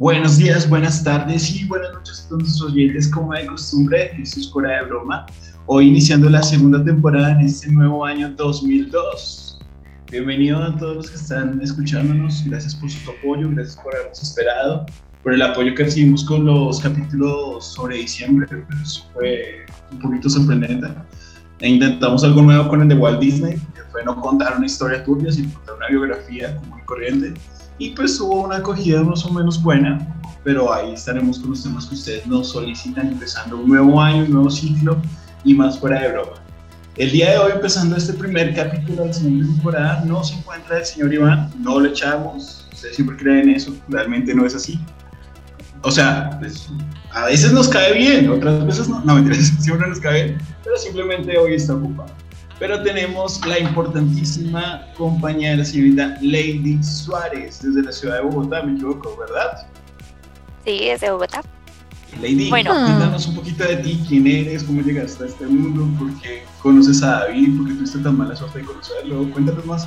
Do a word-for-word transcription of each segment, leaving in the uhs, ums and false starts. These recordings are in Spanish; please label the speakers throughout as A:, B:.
A: Buenos días, buenas tardes y buenas noches a todos nuestros oyentes, como de costumbre. Esto es Fuera de Broma. Hoy iniciando la segunda temporada en este nuevo año dos mil dos. Bienvenido a todos los que están escuchándonos. Gracias por su apoyo, gracias por habernos esperado, por el apoyo que recibimos con los capítulos sobre diciembre. Pues fue un poquito sorprendente. E intentamos algo nuevo con el de Walt Disney, que fue no contar una historia turbia, sino contar una biografía común y corriente. Y pues hubo una acogida más o menos buena, pero ahí estaremos con los temas que ustedes nos solicitan, empezando un nuevo año, un nuevo ciclo y más Fuera de Broma. El día de hoy, empezando este primer capítulo de la segunda temporada, no se encuentra el señor Iván, no lo echamos, ustedes siempre creen eso, realmente no es así. O sea, pues, a veces nos cae bien, otras veces no, no, mentiras, siempre nos cae bien, pero simplemente hoy está ocupado. Pero tenemos la importantísima compañera, señorita Lady Suárez, desde la ciudad de Bogotá, me equivoco, ¿verdad?
B: Sí, desde Bogotá.
A: Lady,
B: bueno.
A: Cuéntanos un poquito de ti, quién eres, cómo llegaste a este mundo, por qué conoces a David, por qué tuviste tan mala suerte de conocerlo, cuéntanos más.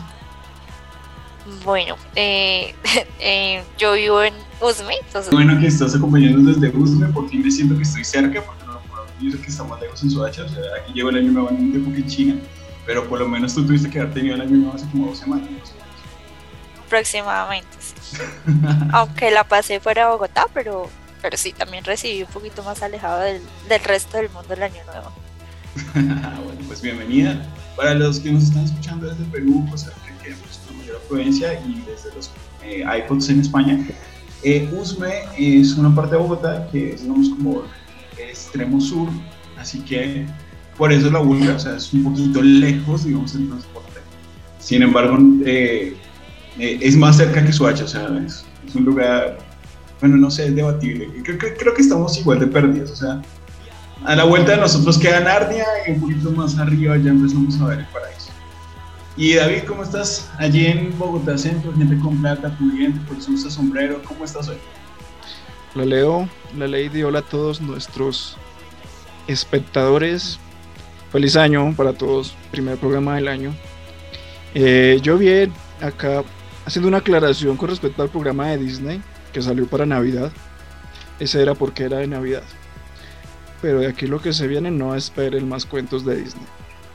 B: Bueno, eh, eh, yo vivo en Usme, entonces...
A: Bueno que estás acompañándonos desde Usme, por fin me siento que estoy cerca, porque no, yo sé que estamos lejos en Soacha, o sea, aquí llevo el año nuevo en un tiempo que en China, pero por lo menos tú tuviste que haber tenido el año nuevo hace como dos semanas.
B: Aproximadamente, sí. Aunque la pasé fuera de Bogotá, pero, pero sí, también recibí un poquito más alejado del, del resto del mundo el año nuevo.
A: Bueno, pues bienvenida. Para los que nos están escuchando desde Perú, pues que queremos una mayor afluencia y desde los eh, iPods en España, eh, Usme es una parte de Bogotá que es, digamos, como el extremo sur, así que por eso la vulga, o sea, es un poquito lejos, digamos, el transporte. Sin embargo, eh, eh, es más cerca que Soacha, o sea, es, es un lugar, bueno, no sé, es debatible. Creo, creo, creo que estamos igual de perdidos, o sea, a la vuelta de nosotros queda Narnia y un poquito más arriba ya empezamos a ver el paraíso. Y David, ¿cómo estás? Allí en Bogotá Centro, gente con plata, pudiente, por eso usa sombrero, ¿cómo estás hoy?
C: La Leo, la Lady, hola a todos nuestros espectadores. Feliz año para todos, primer programa del año. Eh, yo bien, acá haciendo una aclaración con respecto al programa de Disney que salió para Navidad. Ese era porque era de Navidad. Pero de aquí lo que se viene, no esperen más cuentos de Disney.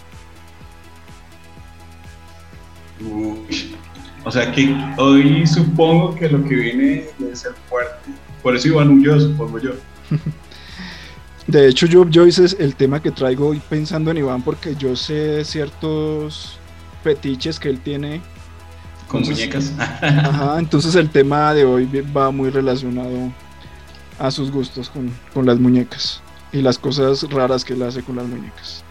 A: Uy, o sea que hoy supongo que lo que viene debe ser fuerte. Por eso Iván huyó, supongo yo.
C: De hecho, yo, yo hice el tema que traigo hoy pensando en Iván porque yo sé ciertos fetiches que él tiene.
A: Con
C: entonces,
A: muñecas.
C: Ajá, entonces el tema de hoy va muy relacionado a sus gustos con, con las muñecas y las cosas raras que él hace con las muñecas.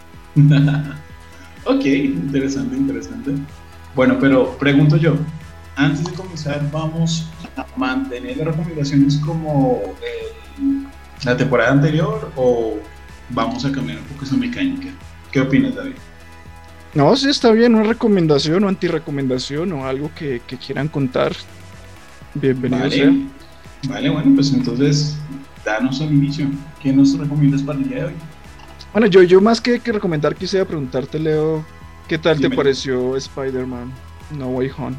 A: Ok, interesante, interesante. Bueno, pero pregunto yo, antes de comenzar, ¿vamos a mantener las recomendaciones como eh, la temporada anterior o vamos a cambiar un poco esa mecánica? ¿Qué opinas, David?
C: No, sí está bien, una recomendación o antirrecomendación o algo que, que quieran contar. Bienvenido
A: vale.
C: sea.
A: Vale, bueno, pues entonces danos al inicio. ¿Qué nos recomiendas para el día de hoy?
C: Bueno, yo, yo más que, que recomendar quisiera preguntarte, Leo, ¿qué tal
A: Dime.
C: te pareció Spider-Man No Way Home?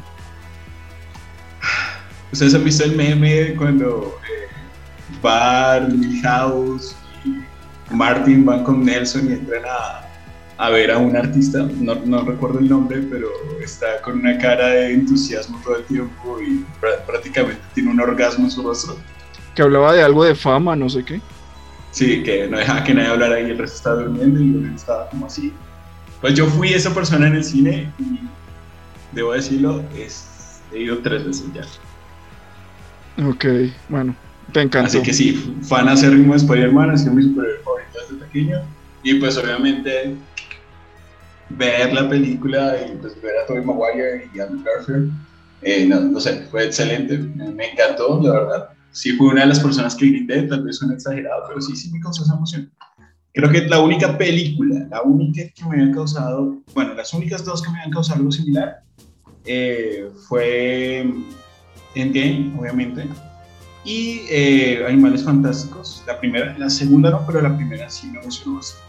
A: ¿Ustedes han visto el meme cuando eh, Bart, Milhouse y Martin van con Nelson y entran a, a ver a un artista? No, no recuerdo el nombre, pero está con una cara de entusiasmo todo el tiempo y pr- prácticamente tiene un orgasmo en su rostro.
C: Que hablaba de algo de fama, no sé qué.
A: Sí, que no dejaba que nadie hablara y el resto estaba durmiendo y él estaba como así. Pues yo fui esa persona en el cine y debo decirlo, es, he ido tres veces ya.
C: Ok, bueno, te encantó.
A: Así que sí, fan acérrimo de Spider-Man, ha sido mi superhéroe favorito desde pequeño. Y pues obviamente ver la película y pues ver a Tobey Maguire y a Andrew Garfield, eh, no, no sé, fue excelente, me, me encantó, la verdad. Sí fui una de las personas que grité, tal vez suena exagerado, pero sí, sí me causó esa emoción. Creo que la única película, la única que me había causado, bueno, las únicas dos que me habían causado algo similar, eh, fue Endgame, obviamente, y eh, Animales Fantásticos, la primera, la segunda no, pero la primera sí me emocionó bastante.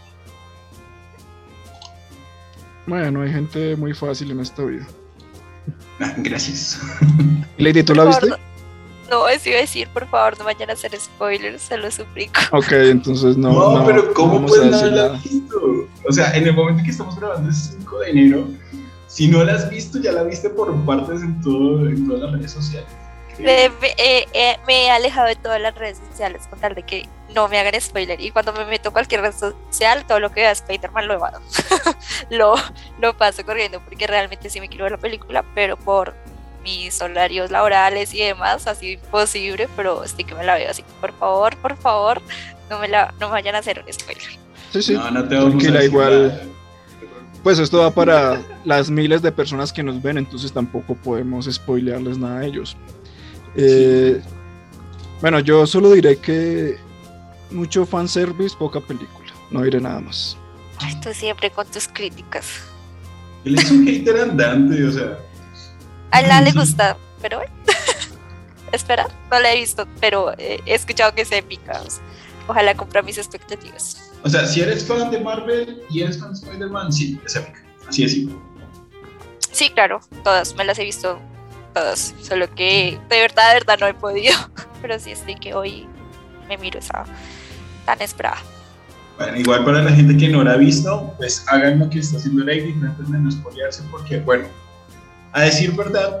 C: Bueno, hay gente muy fácil en esta vida.
A: Ah, gracias.
C: Lady, ¿tú la viste?
B: No, eso iba a decir, por favor, no vayan a hacer spoilers, se lo suplico.
C: Ok, entonces no.
A: No,
C: no
A: pero ¿cómo
C: vamos
A: puedes
C: a
A: no
C: decir
A: haberla
C: nada.
A: visto? O sea, en el momento que estamos grabando es cinco de enero. Si no la has visto, ya la viste por partes en, todo, en todas las redes sociales.
B: Me, me- eh, eh, me he alejado de todas las redes sociales con tal de que no me hagan spoiler. Y cuando me meto a cualquier red social, todo lo que vea Spider-Man lo evado. lo, lo paso corriendo porque realmente sí me quiero ver la película, pero por mis horarios laborales y demás ha sido imposible. Pero sí que me la veo así. Por favor, por favor, no me, la, no me vayan a hacer un spoiler.
C: Sí, sí.
A: No, no te vamos
C: Tranquila,
A: a decir
C: igual.
A: nada.
C: Pues esto va para las miles de personas que nos ven, entonces tampoco podemos spoilearles nada a ellos. Eh, bueno, yo solo diré que mucho fanservice, poca película. No diré nada más.
B: Ay, tú siempre con tus críticas.
A: Él es un hater andante, o sea.
B: A la le gusta, pero bueno. Espera, no la he visto, pero eh, he escuchado que es épica. O sea, ojalá cumpla mis expectativas.
A: O sea, si eres fan de Marvel y eres fan de Spider-Man, sí, es épica. Así es, sí.
B: Sí, claro, todas, me las he visto todas. Solo que de verdad, de verdad no he podido. Pero sí estoy que hoy me miro esa tan esperada.
A: Bueno, igual para la gente que no la ha visto, pues hagan lo que está haciendo Lady, traten de no spoilearse, porque, bueno, a decir verdad,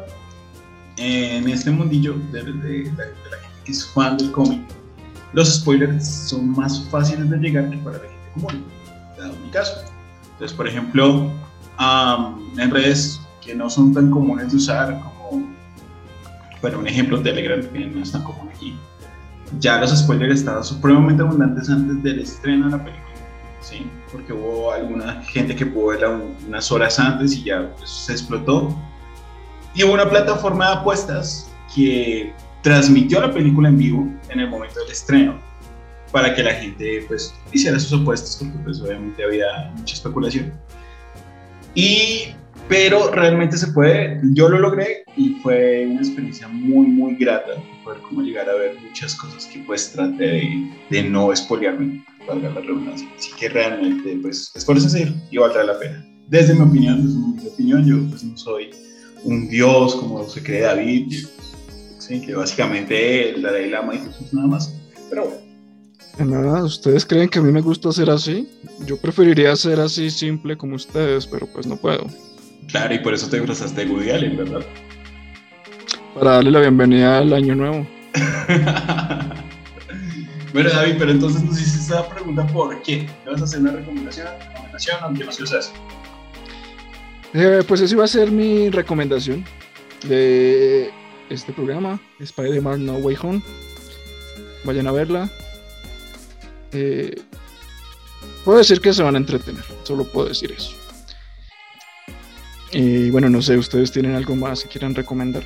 A: en este mundillo de, de- de la, de la gente que es fan del cómic, los spoilers son más fáciles de llegar que para la gente común, dado mi caso. Entonces, por ejemplo, am, en redes que no son tan comunes de usar, como, bueno, un ejemplo, Telegram, que no es tan común aquí, ya los spoilers estaban supremamente abundantes antes del estreno de la película, ¿sí? Porque hubo alguna gente que pudo verla un- unas horas antes y ya pues, se explotó. Y hubo una plataforma de apuestas que transmitió la película en vivo en el momento del estreno para que la gente pues hiciera sus apuestas, porque pues obviamente había mucha especulación. Y, pero realmente se puede, yo lo logré y fue una experiencia muy muy grata poder como llegar a ver muchas cosas que pues traté de, de no spoilearme, valga la redundancia. Así que realmente pues esfuércense ir y valdrá la pena. Desde mi opinión, desde mi opinión, yo pues no soy un dios como se cree David, ¿sí? Que básicamente el Dalai Lama y Jesús nada más, pero bueno.
C: Nada, ¿ustedes creen que a mí me gusta ser así? Yo preferiría ser así simple como ustedes, pero pues no puedo.
A: Claro, y por eso te disfrazaste de Woody Allen, ¿verdad?
C: Para darle la bienvenida al año nuevo.
A: Bueno, David, pero entonces nos hiciste esa pregunta, ¿por qué? ¿Le vas a hacer una recomendación? ¿Recomendación? Aunque no se usa eso.
C: Eh, pues esa iba a ser mi recomendación de este programa, Spider-Man No Way Home. Vayan a verla. Eh, puedo decir que se van a entretener, solo puedo decir eso. Y bueno, no sé, ¿ustedes tienen algo más que quieran recomendar?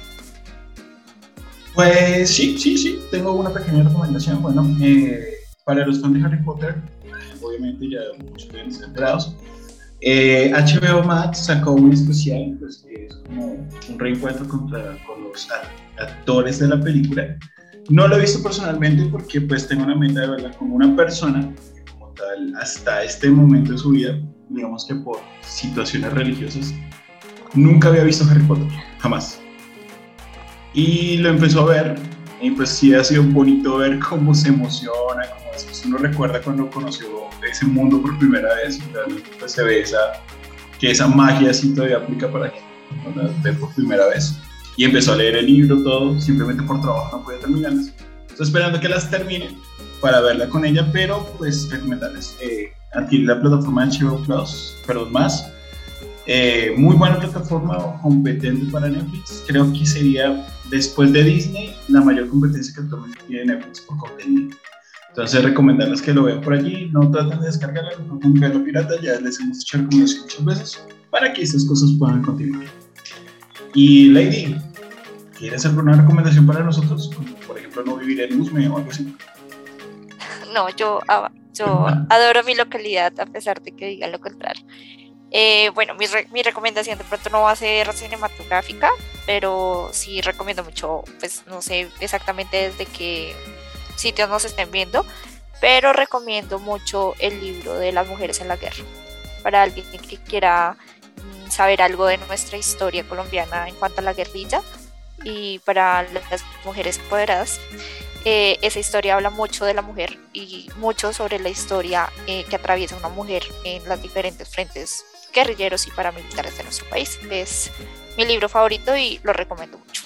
A: Pues sí, sí, sí, tengo una pequeña recomendación. Bueno, eh, para los fans de Harry Potter, obviamente ya muchos deben ser enterados, eh, H B O Max sacó un especial, pues que es como un reencuentro contra, con los a- actores de la película. No lo he visto personalmente porque pues tengo una meta de verla con una persona que como tal hasta este momento de su vida, digamos que por situaciones religiosas, nunca había visto Harry Potter, jamás. Y lo empezó a ver y pues sí ha sido bonito ver cómo se emociona, cómo después uno recuerda cuando conoció ese mundo por primera vez y realmente pues se ve esa, que esa magia así todavía aplica para que uno la ve por primera vez. Y empezó a leer el libro, todo, simplemente por trabajo no podía terminarlas. Estoy esperando que las termine para verla con ella, pero pues recomendarles eh, adquirir la plataforma de H B O Plus, perdón, más. Eh, muy buena plataforma, competente para Netflix. Creo que sería, después de Disney, la mayor competencia que actualmente tiene Netflix por contenido. Entonces, recomendarles que lo vean por allí. No traten de descargarla, no traten de verlo pirata. Ya les hemos hecho recomendaciones muchas veces para que estas cosas puedan continuar. Y Lady, ¿quieres alguna recomendación para nosotros? Como, por ejemplo, no vivir en Usme o algo así.
B: No, yo, ah, yo adoro mi localidad a pesar de que digan lo contrario. Eh, bueno, mi, re- mi recomendación de pronto no va a ser cinematográfica, pero sí recomiendo mucho, pues no sé exactamente desde qué sitios nos estén viendo, pero recomiendo mucho el libro de las mujeres en la guerra. Para alguien que quiera mm, saber algo de nuestra historia colombiana en cuanto a la guerrilla, y para las mujeres empoderadas. Eh, esa historia habla mucho de la mujer y mucho sobre la historia eh, que atraviesa una mujer en las diferentes frentes guerrilleros y paramilitares de nuestro país. Es mi libro favorito y lo recomiendo mucho.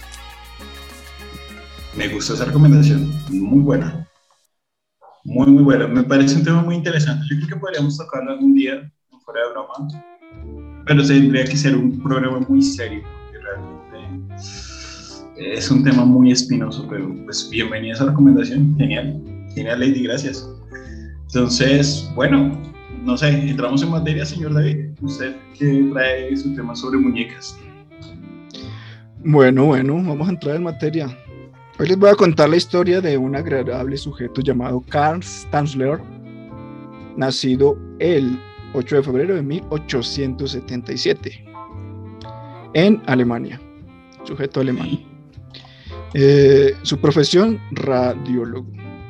A: Me gustó esa recomendación, muy buena. Muy, muy buena. Me parece un tema muy interesante. Yo creo que podríamos tocarlo algún día, fuera de broma. Pero tendría que ser un programa muy serio, porque realmente es un tema muy espinoso. Pero pues bienvenida a esa recomendación. Genial. Genial, Lady, gracias. Entonces, bueno, no sé, entramos en materia, señor David. Usted que trae su tema sobre muñecas.
C: Bueno, bueno, vamos a entrar en materia. Hoy les voy a contar la historia de un agradable sujeto llamado Karl Tanzler, nacido el ocho de febrero de mil ochocientos setenta y siete en Alemania, sujeto alemán. Eh, su profesión, radiólogo.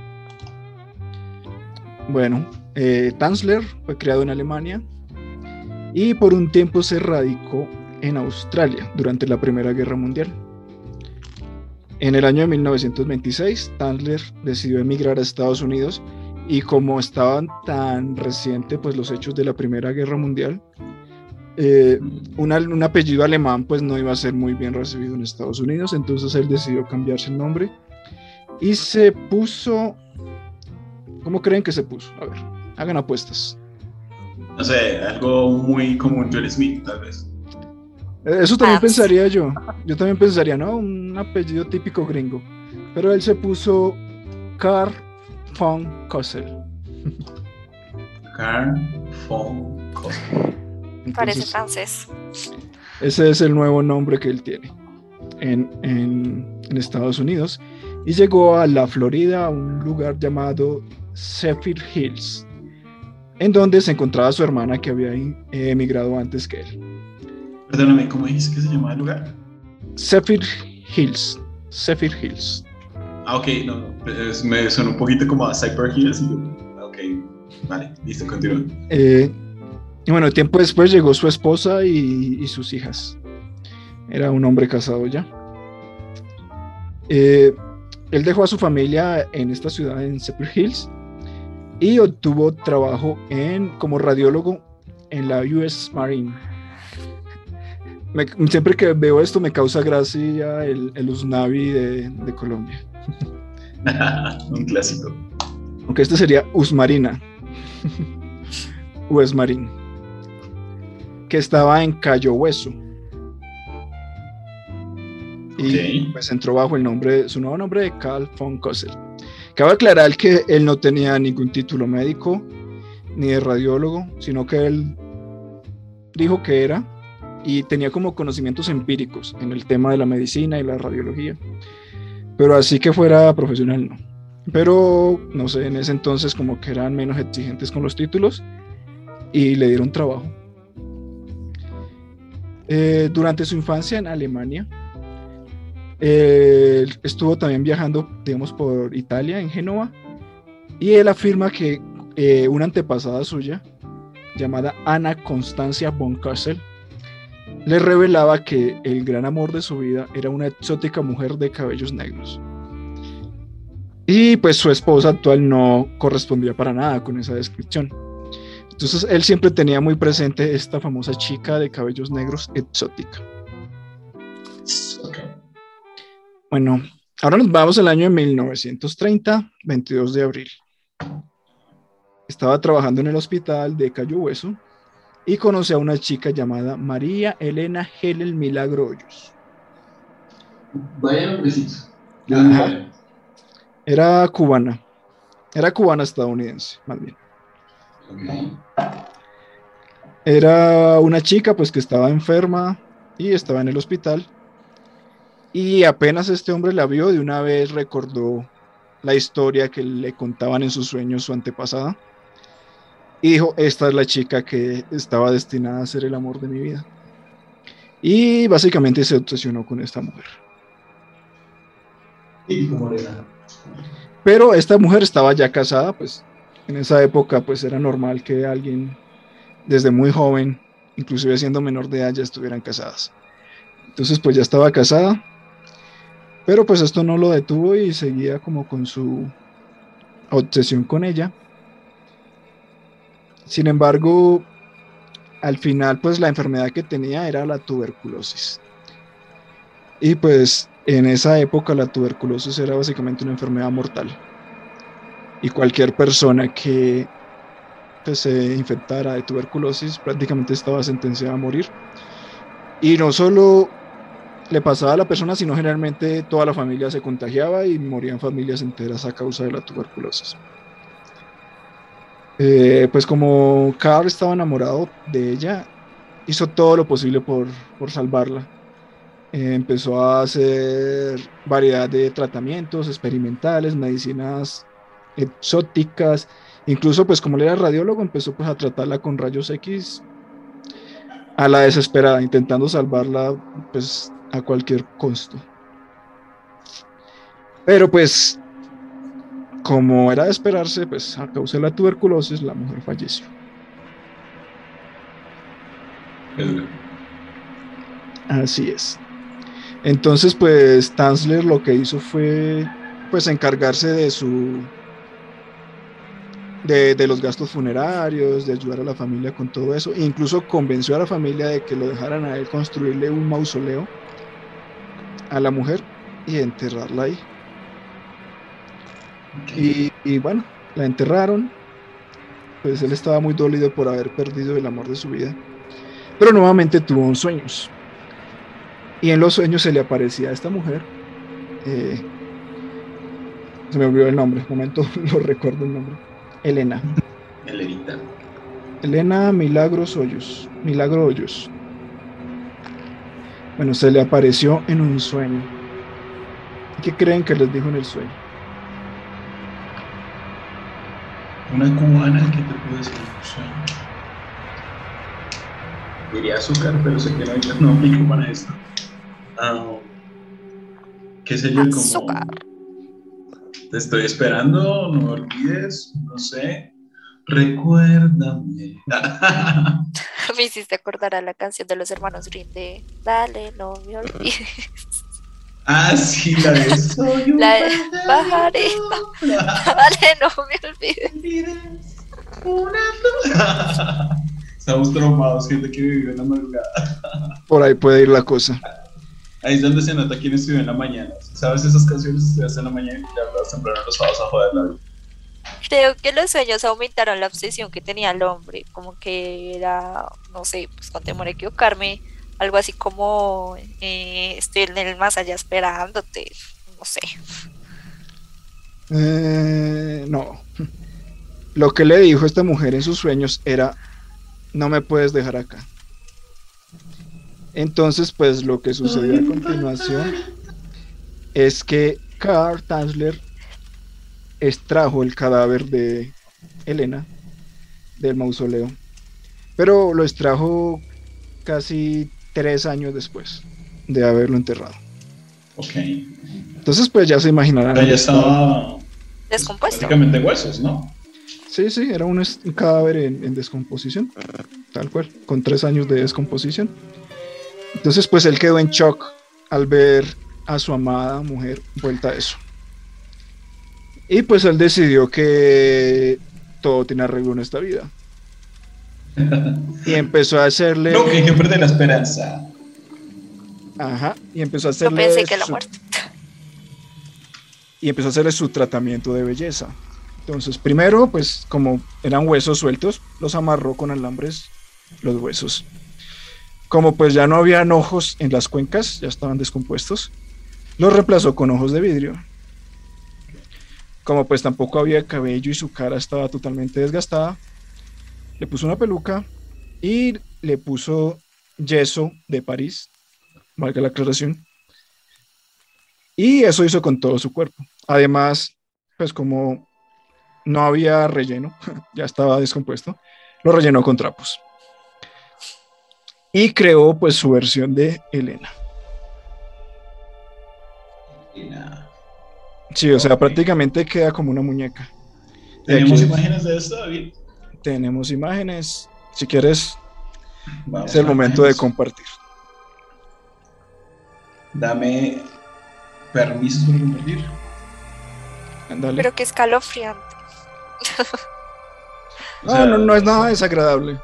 C: Bueno, eh, Tanzler fue criado en Alemania y por un tiempo se radicó en Australia durante la Primera Guerra Mundial. En el año de mil novecientos veintiséis, Tanzler decidió emigrar a Estados Unidos y como estaban tan recientes pues, los hechos de la Primera Guerra Mundial, eh, una, un apellido alemán pues, no iba a ser muy bien recibido en Estados Unidos, entonces él decidió cambiarse el nombre y se puso... ¿Cómo creen que se puso? A ver, hagan apuestas.
A: No sé, algo muy común, John Smith, tal vez.
C: Eso también pensaría yo. Yo también pensaría, ¿no? Un apellido típico gringo. Pero él se puso Karl von Kossel.
A: Karl von Kossel.
B: Entonces, parece francés.
C: Ese es el nuevo nombre que él tiene en, en, en Estados Unidos. Y llegó a la Florida, a un lugar llamado Zephyrhills Hills, en donde se encontraba su hermana que había emigrado antes que él.
A: Perdóname, ¿cómo dijiste que se llamaba el lugar?
C: Zephyrhills Hills. Zephyrhills Hills.
A: Ah, ok, no, no, es, me suena un poquito como a Cyber Hills. Y yo, ok, vale, listo, continúa.
C: Eh, y bueno, tiempo después llegó su esposa y, y sus hijas. Era un hombre casado ya. Eh, él dejó a su familia en esta ciudad, en Zephyrhills Hills, y obtuvo trabajo en, como radiólogo en la U S Marine. Me, siempre que veo esto me causa gracia el, el Usnavi de, de Colombia.
A: Un clásico.
C: Aunque este sería Usmarina. U S Marine. Que estaba en Cayo Hueso. Y okay. Pues entró bajo el nombre, su nuevo nombre de Karl von Kossel. Cabe aclarar que él no tenía ningún título médico ni de radiólogo, sino que él dijo que era y tenía como conocimientos empíricos en el tema de la medicina y la radiología, pero así que fuera profesional no. Pero no sé, en ese entonces como que eran menos exigentes con los títulos y le dieron trabajo. Eh, durante su infancia en Alemania, Eh, estuvo también viajando, digamos, por Italia, en Génova, y él afirma que eh, una antepasada suya, llamada Ana Constancia von Kossel, le revelaba que el gran amor de su vida era una exótica mujer de cabellos negros. Y pues su esposa actual no correspondía para nada con esa descripción. Entonces él siempre tenía muy presente esta famosa chica de cabellos negros exótica. Bueno, ahora nos vamos al año de mil novecientos treinta, veintidós de abril. Estaba trabajando en el hospital de Cayo Hueso y conocí a una chica llamada María Elena Helen Milagro Hoyos.
A: Vaya nombrecito.
C: Era cubana. Era cubana estadounidense, más bien.
A: Okay.
C: Era una chica pues que estaba enferma y estaba en el hospital. Y apenas este hombre la vio, de una vez recordó la historia que le contaban en sus sueños su antepasada. Y dijo, esta es la chica que estaba destinada a ser el amor de mi vida. Y básicamente se obsesionó con esta mujer.
A: Y como era.
C: Pero esta mujer estaba ya casada, pues en esa época pues era normal que alguien desde muy joven, inclusive siendo menor de edad, ya estuvieran casadas. Entonces pues ya estaba casada. Pero pues esto no lo detuvo y seguía como con su obsesión con ella. Sin embargo, al final pues la enfermedad que tenía era la tuberculosis. Y pues en esa época la tuberculosis era básicamente una enfermedad mortal. Y cualquier persona que pues, se infectara de tuberculosis prácticamente estaba sentenciada a morir. Y no solo le pasaba a la persona, sino generalmente toda la familia se contagiaba y morían familias enteras a causa de la tuberculosis. Eh, pues como Carl estaba enamorado de ella, hizo todo lo posible por, por salvarla. Eh, empezó a hacer variedad de tratamientos experimentales, medicinas exóticas, incluso pues como él era radiólogo, empezó pues a tratarla con rayos X a la desesperada, intentando salvarla pues a cualquier costo. Pero pues como era de esperarse, pues a causa de la tuberculosis la mujer falleció. Así es. Entonces pues Tanzler lo que hizo fue pues encargarse de su de, de los gastos funerarios, de ayudar a la familia con todo eso, e incluso convenció a la familia de que lo dejaran a él construirle un mausoleo a la mujer y enterrarla ahí. Okay. Y, y bueno, la enterraron, pues él estaba muy dolido por haber perdido el amor de su vida, pero nuevamente tuvo sueños, y en los sueños se le aparecía a esta mujer, eh, se me olvidó el nombre, un momento lo recuerdo el nombre, Elena.
A: Elenita.
C: Elena Milagros Hoyos, Milagro Hoyos. Bueno, se le apareció en un sueño. ¿Qué creen que les dijo en el sueño?
A: Una cubana que te puede decir un sueño. Diría azúcar, pero sé que no, no aplico para esto. Um, ¿Qué sé yo?
B: Azúcar.
A: Como te estoy esperando, no me olvides, no sé. Recuérdame.
B: Me hiciste acordar a la canción de los hermanos Grimm de Dale, no me olvides.
A: Ah, sí, la de Soy un
B: la de pajarito. Dale, no me olvides.
A: Una... Estamos traumados, gente que vivió en la madrugada.
C: Por ahí puede ir la cosa.
A: Ahí es donde se nota quién estudió en la mañana. ¿Sabes esas canciones? Estudiaste en la mañana y ya hablas temprano los sábados a joder la vida.
B: Creo que los sueños aumentaron la obsesión que tenía el hombre, como que era, no sé, pues con temor a equivocarme, algo así como eh, estoy en el más allá esperándote, no sé.
C: Eh, no. Lo que le dijo esta mujer en sus sueños era, no me puedes dejar acá. Entonces, pues lo que sucedió a continuación es que Carl Tanzler extrajo el cadáver de Elena del mausoleo, pero lo extrajo casi tres años después de haberlo enterrado.
A: Ok.
C: Entonces, pues ya se imaginarán.
A: Pero ya estaba
B: descompuesto.
A: Prácticamente huesos, ¿no?
C: Sí, sí, era un, un cadáver en, en descomposición, tal cual, con tres años de descomposición. Entonces, pues él quedó en shock al ver a su amada mujer vuelta a eso. Y pues él decidió que todo tiene arreglo en esta vida. Y empezó a hacerle...
A: No, que hay que perder la esperanza.
C: Ajá, y empezó a hacerle...
B: Yo pensé que la muerte.
C: Y empezó a hacerle su tratamiento de belleza. Entonces, primero, pues como eran huesos sueltos, los amarró con alambres los huesos. Como pues ya no habían ojos en las cuencas, ya estaban descompuestos, los reemplazó con ojos de vidrio. Como pues tampoco había cabello y su cara estaba totalmente desgastada, le puso una peluca y le puso yeso de París, valga la aclaración, y eso hizo con todo su cuerpo. Además, pues como no había relleno, ya estaba descompuesto, lo rellenó con trapos. Y creó pues su versión de Elena.
A: Elena.
C: Sí, o sea, okay. Prácticamente queda como una muñeca.
A: ¿Tenemos aquí, imágenes de esto, David?
C: Tenemos imágenes. Si quieres,
A: Vamos
C: es el momento imágenes. de compartir.
A: Dame permisos para compartir.
C: Ándale.
B: Pero qué escalofriante.
A: O
C: No,
A: sea,
C: no, no es nada desagradable.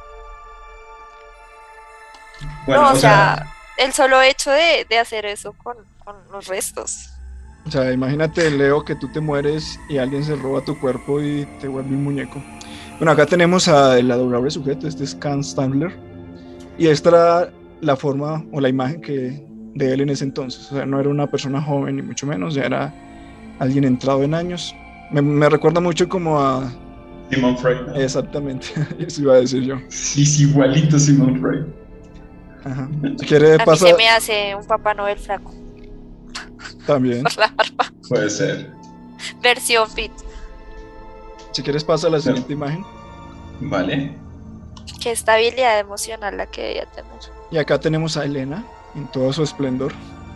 A: bueno,
B: no, o sea, el solo hecho de, de hacer eso con, con los restos.
C: O sea, imagínate, Leo, que tú te mueres y alguien se roba tu cuerpo y te vuelve un muñeco. Bueno, acá tenemos al adorable sujeto, este es Kant Stambler, y esta era la forma o la imagen que de él en ese entonces. O sea, no era una persona joven ni mucho menos, ya era alguien entrado en años. Me, me recuerda mucho como a...
A: Simon Freud, ¿no?
C: Exactamente, eso iba a decir yo.
A: Sí, es igualito Simon Freud.
C: Ajá. Si quiere
B: A mí
C: pasa
B: se me hace un Papá Noel flaco.
C: también.
B: Por la barba.
A: Puede ser.
B: Versión fit.
C: Si quieres pasa a la siguiente imagen.
A: Vale.
B: Qué estabilidad emocional la que debía tener.
C: Y acá tenemos a Elena en todo su esplendor.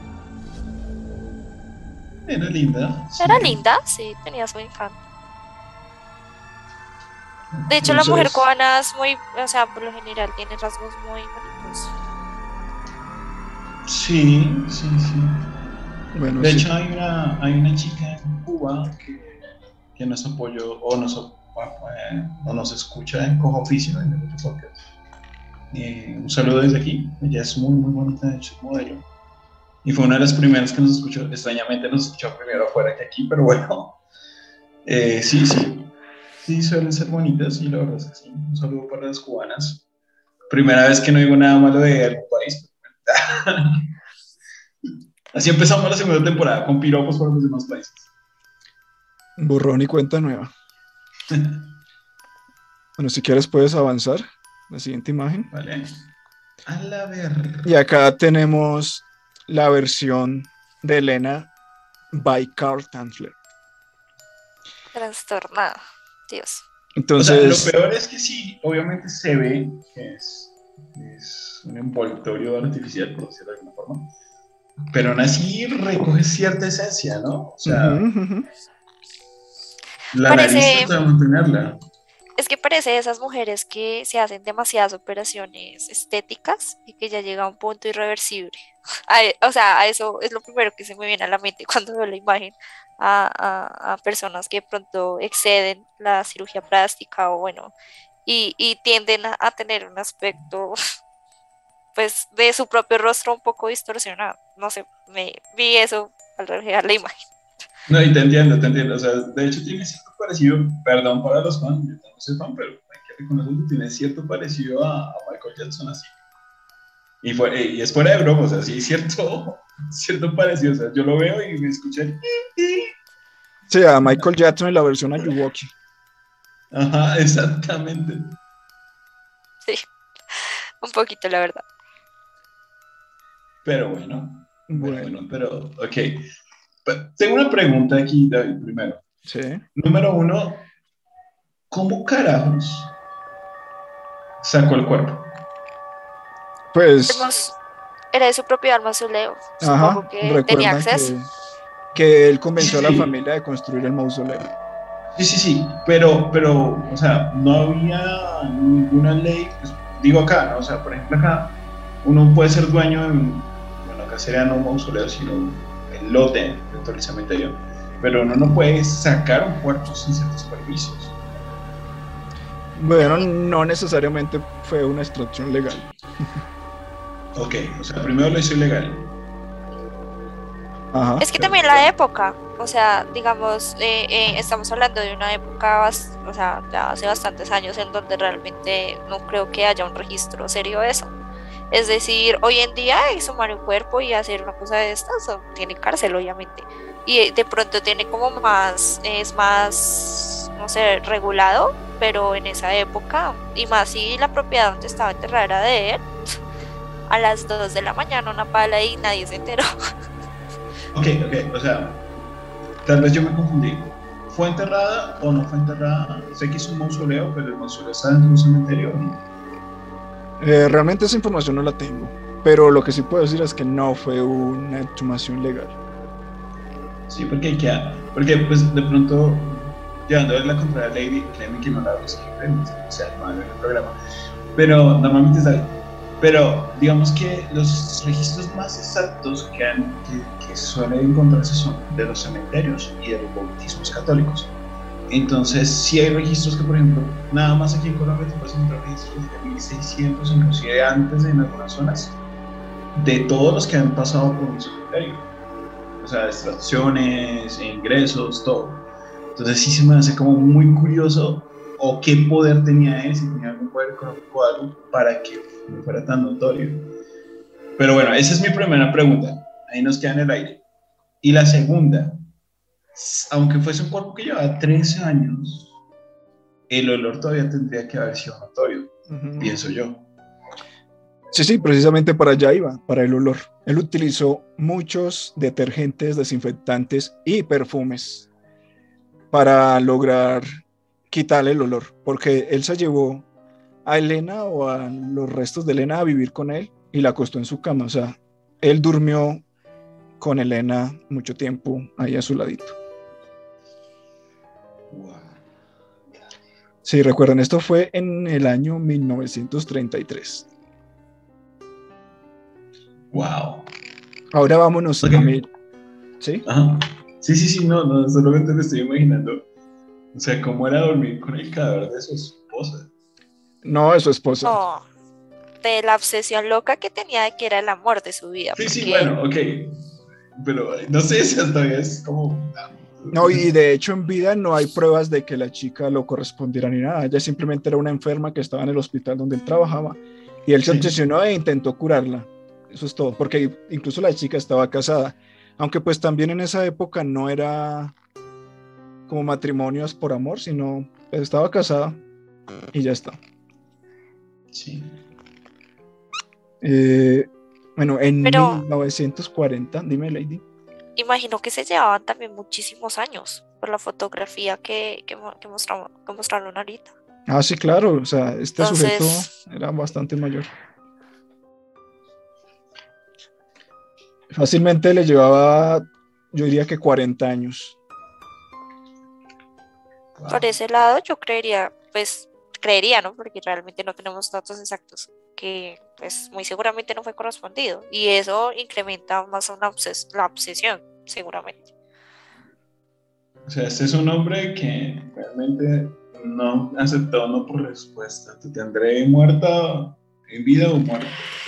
A: Era linda. sí.
B: Era linda, sí, tenía su encanto. De hecho, la
C: Entonces-
B: mujer cubana es muy, o sea, por lo general tiene rasgos muy bonitos.
A: Sí, sí, sí.
C: Bueno,
A: De
C: sí.
A: hecho, hay una, hay una chica en Cuba que, que nos apoyó o nos, eh, o nos escucha en Cojo Oficio, en el otro podcast. Eh, un saludo desde aquí. Ella es muy, muy bonita, de hecho, es modelo. Y fue una de las primeras que nos escuchó. Extrañamente nos escuchó primero afuera que aquí, pero bueno. Eh, sí, sí. Sí, suelen ser bonitas y la verdad es que sí. Un saludo para las cubanas. Primera vez que no digo nada malo de algún país. Así empezamos la segunda temporada, con piropos para los demás países.
C: Borrón y cuenta nueva. Bueno, si quieres puedes avanzar. La siguiente imagen.
A: Vale. A la ver.
C: Y acá tenemos la versión de Elena by Carl Tanzler.
B: Trastornada. Dios.
C: Entonces,
A: O sea, lo peor es que sí, obviamente se ve que es, es un envoltorio artificial, por decirlo de alguna forma. Pero aún así recoge cierta esencia, ¿no? O sea,
C: ujú, ujú.
A: la
B: Parece-
A: nariz trata de mantenerla.
B: Es que parece de esas mujeres que se hacen demasiadas operaciones estéticas y que ya llega a un punto irreversible. A e- o sea, a eso es lo primero que se me viene a la mente cuando veo la imagen. A, a- a personas que de pronto exceden la cirugía plástica o bueno, y, y tienden a, a tener un aspecto pues de su propio rostro un poco distorsionado. No sé, me vi eso al reflejar la imagen.
A: No, y te entiendo, te entiendo. O sea, de hecho tiene cierto parecido, perdón para los fans, yo no soy fan, pero hay que reconocerlo, tiene cierto parecido a, a Michael Jackson así. Y, fue, y es fuera de broma, o sea, sí, cierto, cierto parecido. O sea, yo lo veo y me escuché.
C: Sí, a Michael Jackson en la versión Ayuwoki.
A: Ajá, exactamente.
B: Sí, un poquito la verdad.
A: Pero bueno, bueno,
C: Bueno,
A: bueno, pero, ok. Pe- Tengo una pregunta aquí, David, primero.
C: sí.
A: Número uno, ¿cómo carajos sacó el cuerpo?
C: Pues,
B: Hemos- Era de su propiedad el mausoleo.
C: ajá,
B: Supongo que tenía
C: recuerdan
B: acceso.
C: que, que él convenció a la
A: Sí.
C: familia de construir el mausoleo.
A: Sí, sí, sí, pero, pero, o sea, no había ninguna ley, pues, digo acá, ¿no? O sea, por ejemplo acá, uno puede ser dueño de, bueno, acá sería no un mausoleo, sino el lote dentro del cementerio, pero uno no puede sacar un cuerpo sin ciertos permisos.
C: Bueno, no necesariamente fue una extracción legal.
A: Ok, o sea, primero lo hizo ilegal.
C: Ajá.
B: Es que también la época, o sea, digamos, eh, eh, estamos hablando de una época, bas- o sea, ya hace bastantes años en donde realmente no creo que haya un registro serio de eso. Es decir, hoy en día exhumar un cuerpo y hacer una cosa de estas o tiene cárcel, obviamente. Y eh, de pronto tiene como más, es más, no sé, regulado, pero en esa época, y más si la propiedad donde estaba enterrada era de él, a las dos de la mañana una pala y nadie se enteró.
A: Ok, ok, o sea, tal vez yo me confundí. ¿Fue enterrada o no fue enterrada? Sé que es un mausoleo, pero el mausoleo está dentro de un cementerio, ¿no?
C: Eh, realmente esa información no la tengo, pero lo que sí puedo decir es que no fue una exhumación legal.
A: Sí, porque hay que, porque pues de pronto, llevando la contra la ley, créeme que no la hago siempre, o sea, no en el programa, pero normalmente es algo. Pero digamos que los registros más exactos que, han, que, que suelen encontrarse son de los cementerios y de los bautismos católicos. Entonces, sí hay registros que, por ejemplo, nada más aquí en Colombia te puedes encontrar registros de mil seiscientos, inclusive antes en algunas zonas, de todos los que han pasado por un cementerio. O sea, extracciones, ingresos, todo. Entonces sí se me hace como muy curioso, o qué poder tenía él, si tenía algún poder económico o algo, para que no fuera tan notorio. Pero bueno, esa es mi primera pregunta. Ahí nos queda en el aire. Y la segunda, aunque fuese un cuerpo que llevaba trece años, el olor todavía tendría que haber sido notorio, uh-huh. pienso yo.
C: Sí, sí, precisamente para allá iba, para el olor. Él utilizó muchos detergentes, desinfectantes y perfumes para lograr quitarle el olor, porque él se llevó a Elena o a los restos de Elena a vivir con él y la acostó en su cama. O sea, él durmió con Elena mucho tiempo ahí a su ladito.
A: Wow.
C: Sí, recuerden, esto fue en el año mil novecientos treinta y tres.
A: Wow.
C: Ahora vámonos
A: okay.
C: a mí. ¿Sí?
A: Ajá. Sí, sí, sí, no, no, solamente me estoy imaginando. O sea, ¿cómo era dormir con el cadáver de su esposa?
C: No, de su esposa.
B: No, de la obsesión loca que tenía de que era el amor de su vida.
A: Sí,
B: porque...
A: sí, bueno, ok. Pero no sé si hasta es como...
C: No, y de hecho en vida no hay pruebas de que la chica lo correspondiera ni nada. Ella simplemente era una enferma que estaba en el hospital donde él trabajaba y él se sí. obsesionó e intentó curarla. Eso es todo, porque incluso la chica estaba casada. Aunque pues también en esa época no era como matrimonios por amor, sino pues, estaba casada y ya está.
A: Sí.
C: Eh, bueno, en
B: Pero,
C: mil novecientos cuarenta, dime, Lady.
B: Imagino que se llevaban también muchísimos años por la fotografía que, que, que, mostraron, que mostraron ahorita.
C: Ah, sí, claro, o sea, este
B: Entonces...
C: sujeto era bastante mayor. Fácilmente le llevaba, yo diría que cuarenta años.
B: Wow. Por ese lado yo creería, pues, creería, ¿no? Porque realmente no tenemos datos exactos, que pues muy seguramente no fue correspondido. Y eso incrementa más una obses- la obsesión, seguramente.
A: O sea, este es un hombre que realmente no aceptó no por respuesta. Te tendré muerta, en vida o muerta.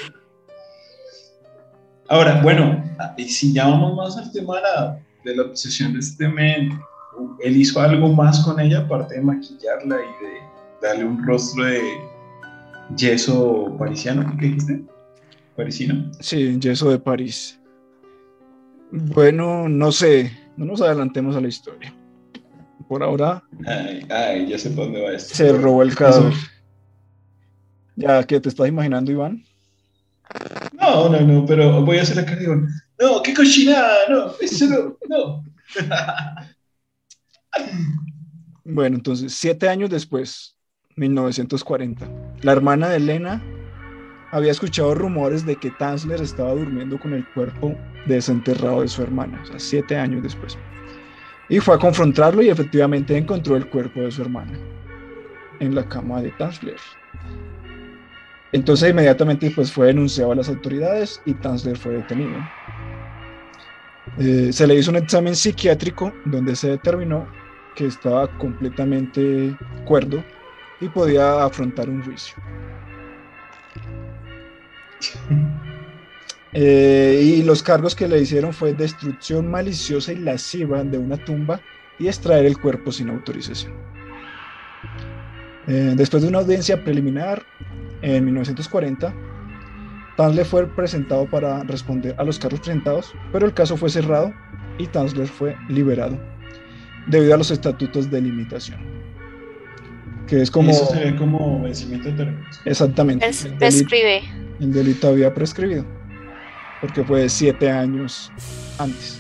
A: Ahora, bueno, si ya vamos más al tema de la, de la obsesión de este men, él hizo algo más con ella, aparte de maquillarla y de darle un rostro de yeso parisiano, ¿qué dijiste? ¿Parisino?
C: Sí, yeso de París. Bueno, no sé, no nos adelantemos a la historia. Por ahora...
A: Ay, ay, ya sé por dónde va esto.
C: Se robó el cadáver. ¿Ya qué te estás imaginando, Iván?
A: No, no, no, pero voy a hacer la cara de Iván. No, qué cochinada, no, eso no, no.
C: Bueno, entonces, siete años después, mil novecientos cuarenta, la hermana de Elena había escuchado rumores de que Tanzler estaba durmiendo con el cuerpo desenterrado de su hermana, o sea, siete años después. Y fue a confrontarlo y efectivamente encontró el cuerpo de su hermana en la cama de Tanzler. Entonces inmediatamente pues, fue denunciado a las autoridades y Tanzler fue detenido. Eh, se le hizo un examen psiquiátrico donde se determinó que estaba completamente cuerdo y podía afrontar un juicio. Eh, y los cargos que le hicieron fue destrucción maliciosa y lasciva de una tumba y extraer el cuerpo sin autorización. Eh, después de una audiencia preliminar en mil novecientos cuarenta, Tanzler fue presentado para responder a los cargos presentados, pero el caso fue cerrado y Tanzler fue liberado debido a los estatutos de limitación, que es como...
A: Y eso sería como vencimiento de términos.
C: Exactamente.
B: Es, el, prescribe.
C: delito, el delito había prescribido, porque fue siete años antes.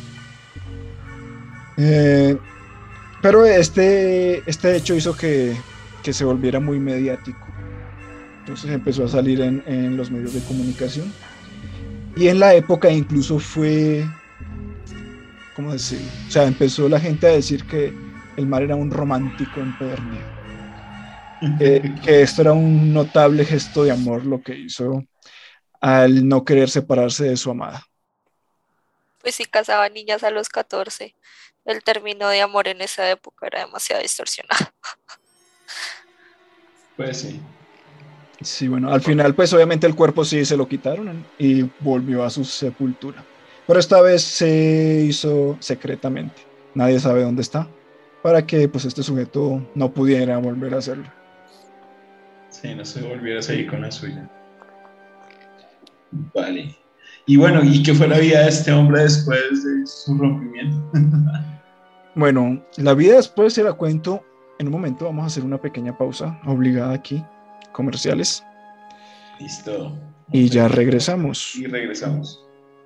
C: Eh, pero este, este hecho hizo que, que se volviera muy mediático. Entonces empezó a salir en, en los medios de comunicación. Y en la época incluso fue... ¿Cómo decirlo? O sea, empezó la gente a decir que el mar era un romántico empedernido. Eh, que esto era un notable gesto de amor lo que hizo al no querer separarse de su amada.
B: Pues sí, casaba niñas a los catorce. El término de amor en esa época era demasiado distorsionado.
A: Pues sí.
C: Sí, bueno, al final pues obviamente el cuerpo sí se lo quitaron y volvió a su sepultura. Pero esta vez se hizo secretamente. Nadie sabe dónde está, para que pues este sujeto no pudiera volver a hacerlo.
A: Sí, no se volviera a seguir con la suya. Vale. Y bueno, ¿y qué fue la vida de este hombre después de su rompimiento?
C: Bueno, la vida después se la cuento en un momento. Vamos a hacer una pequeña pausa obligada aquí, comerciales.
A: Listo.
C: Y ya regresamos.
A: Y regresamos.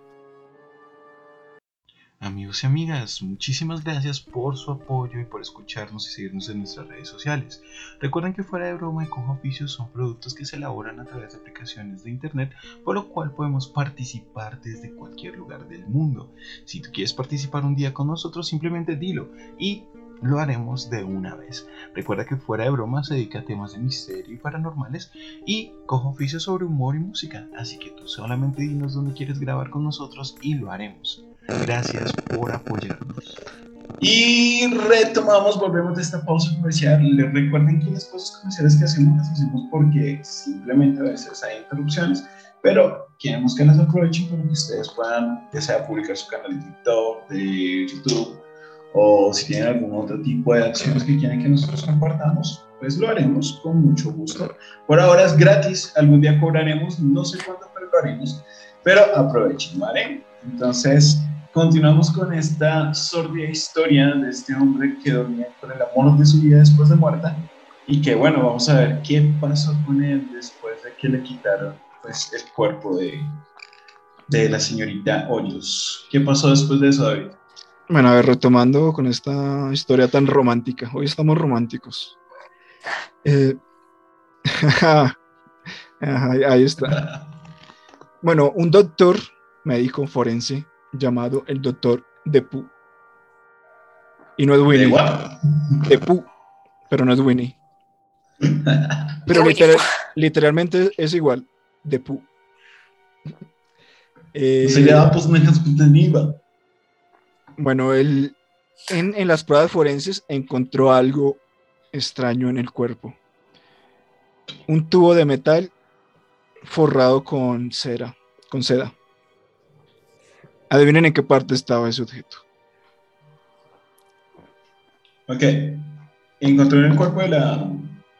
A: Amigos y amigas, muchísimas gracias por su apoyo y por escucharnos y seguirnos en nuestras redes sociales. Recuerden que Fuera de Broma y Cojo Oficios son productos que se elaboran a través de aplicaciones de internet, por lo cual podemos participar desde cualquier lugar del mundo. Si tú quieres participar un día con nosotros, simplemente dilo y lo haremos de una vez. Recuerda que Fuera de Broma se dedica a temas de misterio y paranormales y Cojo Oficios sobre humor y música, así que tú solamente dinos dónde quieres grabar con nosotros y lo haremos. Gracias por apoyarnos. Y retomamos, volvemos de esta pausa comercial. Les recuerden que las pausas comerciales que hacemos las hacemos porque simplemente a veces hay interrupciones, pero queremos que las aprovechen para que ustedes puedan, ya sea publicar su canal de TikTok, de YouTube, o si tienen algún otro tipo de acciones que quieren que nosotros compartamos, pues lo haremos con mucho gusto. Por ahora es gratis, algún día cobraremos, no sé cuándo, pero lo haremos. Pero aprovechen, ¿vale? Entonces, continuamos con esta sordida historia de este hombre que dormía con el amor de su vida después de muerta y que, bueno, vamos a ver qué pasó con él después de que le quitaron pues, el cuerpo de, de la señorita Hoyos. ¿Qué pasó después de eso, David?
C: Bueno, a ver, retomando con esta historia tan romántica. Hoy estamos románticos. Eh, ajá, ahí está. Bueno, un doctor médico forense llamado el doctor Depu. Y no es Winnie.
A: ¿De what?
C: Depu, pero no es Winnie. Pero literal, literalmente es igual. Depu.
A: Eh, Se le da pues una.
C: Bueno, él en, en las pruebas forenses encontró algo extraño en el cuerpo. Un tubo de metal forrado con cera, con seda. Adivinen en qué parte estaba ese objeto.
A: Ok. Encontró en el cuerpo de la...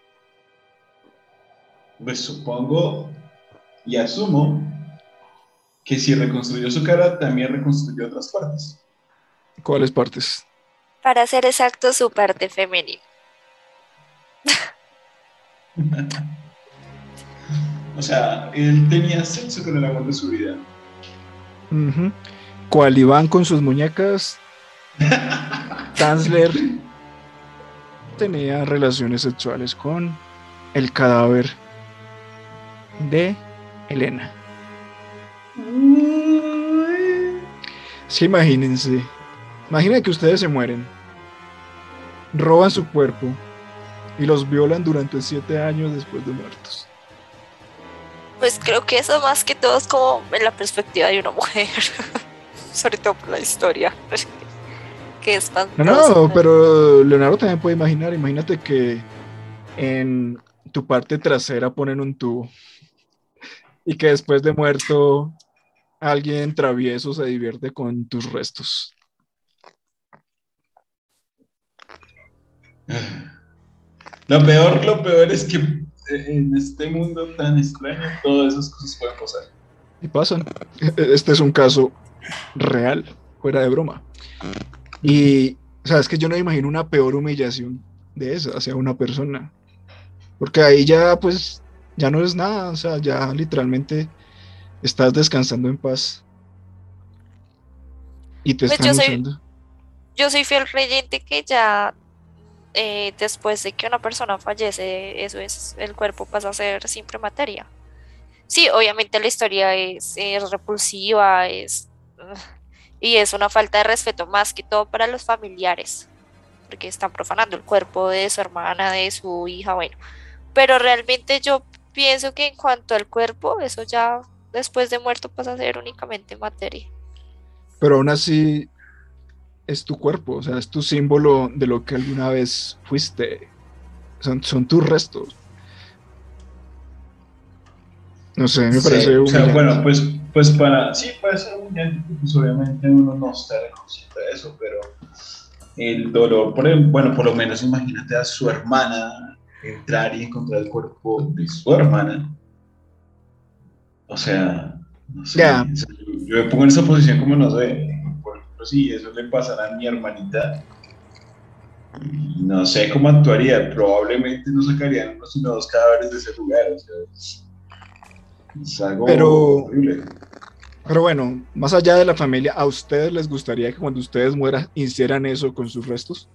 A: Pues supongo y asumo que si reconstruyó su cara, también reconstruyó otras partes.
C: ¿Cuáles partes?
B: Para ser exacto, su parte femenina.
A: O sea, él tenía sexo con el amor de su vida.
C: Uh-huh. Cual Iván con sus muñecas, Tanzler tenía relaciones sexuales con el cadáver de Elena. Sí, imagínense. Imaginen que ustedes se mueren, roban su cuerpo y los violan durante siete años después de muertos.
B: Pues creo que eso más que todo es como en la perspectiva de una mujer, sobre todo por la historia. Que espantoso.
C: No, no, pero Leonardo también puede imaginar, imagínate que en tu parte trasera ponen un tubo y que después de muerto alguien travieso se divierte con tus restos.
A: Lo peor, lo peor es que en este mundo tan extraño todas esas cosas pueden pasar.
C: Y pasan. Este es un caso real, fuera de broma. Y, o sea, es que yo no me imagino una peor humillación de esa hacia una persona. Porque ahí ya, pues, ya no es nada. O sea, ya literalmente estás descansando en paz. Y te
B: Pues
C: están
B: yo soy,
C: usando.
B: yo soy fiel creyente que ya eh, después de que una persona fallece, eso es, el cuerpo pasa a ser simple materia. Sí, obviamente la historia es, es repulsiva, es uh, y es una falta de respeto más que todo para los familiares, porque están profanando el cuerpo de su hermana, de su hija, bueno. Pero realmente yo pienso que en cuanto al cuerpo, eso ya después de muerto pasa a ser únicamente materia.
C: Pero aún así es tu cuerpo, o sea, es tu símbolo de lo que alguna vez fuiste. Son, son tus restos. No sé, me
A: Sí,
C: parece
A: o sea,
C: humillante.
A: bueno, pues, pues para, sí, puede ser humillante, pues obviamente uno no está consciente de eso, pero el dolor, por el- bueno, por lo menos imagínate a su hermana entrar y encontrar el cuerpo de su hermana. O sea, no
C: Ya,
A: sé, o sea, yo, yo me pongo en esa posición como no sé, por ejemplo, si eso le pasara a mi hermanita, y no sé cómo actuaría, probablemente no sacarían uno sino dos cadáveres de ese lugar, o sea, es, es algo
C: pero,
A: horrible.
C: pero bueno, más allá de la familia, ¿a ustedes les gustaría que cuando ustedes mueran hicieran eso con sus restos?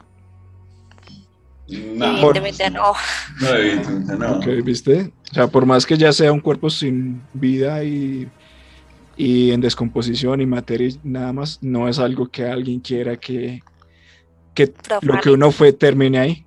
A: No,
C: Por,
A: pues
B: Evidentemente
A: no,
B: no.
A: no, evidentemente
C: ok,
A: no.
C: ¿viste? O sea, por más que ya sea un cuerpo sin vida y, y en descomposición y materia y nada más, no es algo que alguien quiera que, que lo que
B: Profane.
C: uno fue termine ahí.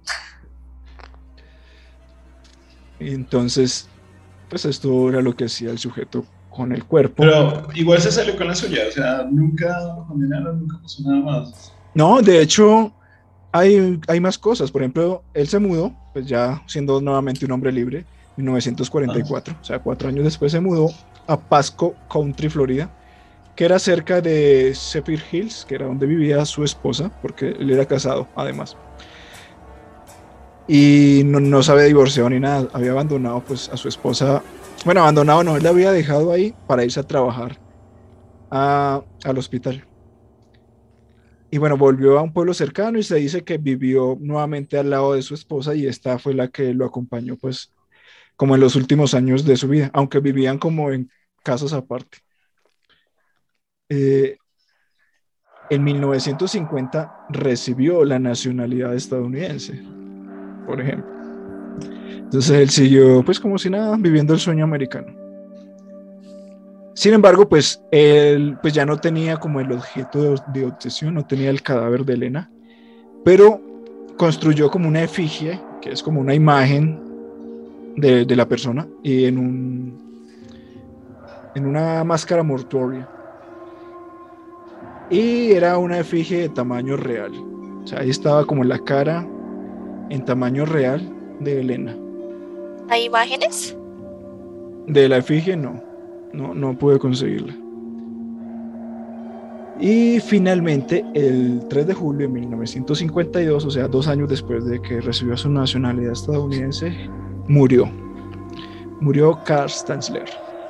C: Entonces, pues esto era lo que hacía el sujeto con el cuerpo.
A: Pero igual se salió con la suya, o sea, nunca lo condenaron, nunca pasó nada más.
C: No, de hecho, hay, hay más cosas. Por ejemplo, él se mudó, pues ya siendo nuevamente un hombre libre, en mil novecientos cuarenta y
A: Ah,
C: cuatro, o sea, cuatro años después se mudó a Pasco Country, Florida, que era cerca de Zephyrhills, Hills, que era donde vivía su esposa, porque él era casado, además. Y no, no se había divorciado ni nada, había abandonado pues a su esposa. Bueno, abandonado no, él la había dejado ahí para irse a trabajar a, al hospital. Y bueno, volvió a un pueblo cercano y se dice que vivió nuevamente al lado de su esposa y esta fue la que lo acompañó pues como en los últimos años de su vida, aunque vivían como en casas aparte. Eh, en mil novecientos cincuenta recibió la nacionalidad estadounidense, por ejemplo. Entonces él siguió pues como si nada, viviendo el sueño americano. Sin embargo, pues él pues ya no tenía como el objeto de, de obsesión, no tenía el cadáver de Elena, pero construyó como una efigie, que es como una imagen de, de la persona, y en, un, en una máscara mortuoria. Y era una efigie de tamaño real. O sea, ahí estaba como la cara en tamaño real de Elena.
B: ¿Hay imágenes?
C: De la efigie no, no, no pude conseguirla. Y finalmente, el tres de julio de mil novecientos cincuenta y dos, o sea, dos años después de que recibió su nacionalidad estadounidense, murió. Murió Karl Stanzler.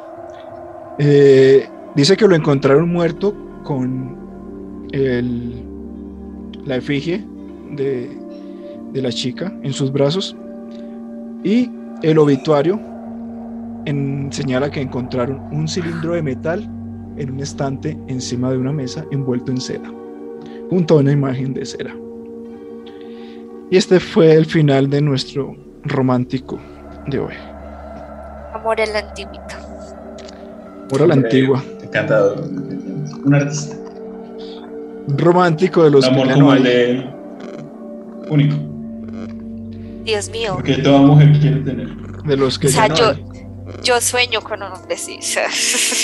C: Eh, dice que lo encontraron muerto con el, la efigie de, de la chica en sus brazos, y el obituario en, señala que encontraron un cilindro de metal en un estante encima de una mesa envuelto en seda, junto a una imagen de cera. Y este fue el final de nuestro romántico de hoy.
B: Amor en la antigüita.
C: Por a la antigua.
A: Encantado. Un artista.
C: Un romántico de los
A: Un
C: que
A: amor
C: ya
A: como
C: no
A: el
C: hay.
A: de él. Único.
B: Dios mío.
A: Porque toda mujer quiere tener.
C: De los que
B: O sea,
C: ya no
B: yo,
C: hay.
B: yo sueño con un hombre así. O sea.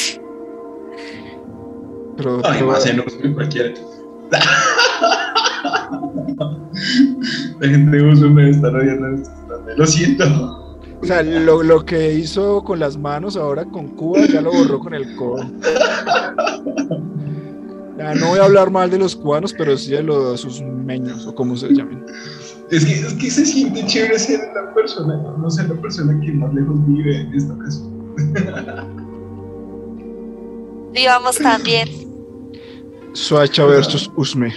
C: Pero,
A: Ay,
C: pero,
A: más en uso cualquiera. La gente de uso me está rodeando en este instante. Lo siento.
C: o sea, lo, lo que hizo con las manos ahora con Cuba ya lo borró con el codo. Ya no voy a hablar mal de los cubanos, pero sí de los sus meños o como se llamen.
A: Es que, es que se siente chévere ser la persona, no ser la persona que más lejos vive en esta ocasión.
B: Vivamos también.
C: Suacha versus Usme.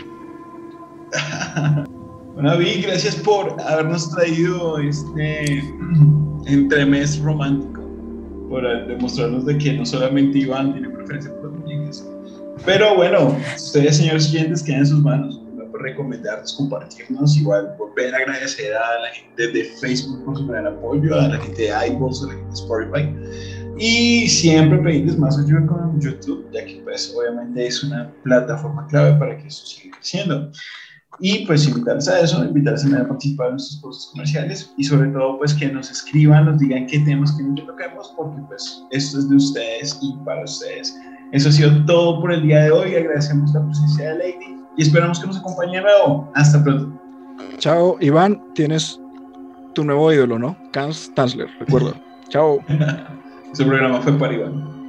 A: Bueno, Vi, gracias por habernos traído este entremés romántico, por demostrarnos de que no solamente Iván tiene preferencia por las muñecas. Pero bueno, ustedes, señores oyentes, quedan en sus manos. Por recomendarnos, compartirnos, igual volver a agradecer a la gente de Facebook por su gran apoyo, a la gente de iVoox, a la gente de Spotify, y siempre pedirles más ayuda con YouTube, ya que pues obviamente es una plataforma clave para que esto siga creciendo. Y pues invitarles a eso, invitarles a participar en nuestros cursos comerciales y sobre todo pues que nos escriban, nos digan qué temas quieren que toquemos, porque pues esto es de ustedes y para ustedes. Eso ha sido todo por el día de hoy. Agradecemos la presencia de Lady y esperamos que nos acompañe de nuevo. Hasta pronto.
C: Chao, Iván, tienes tu nuevo ídolo, ¿no? Kans Tanzler, recuerda. Chao.
A: Este programa fue para Iván.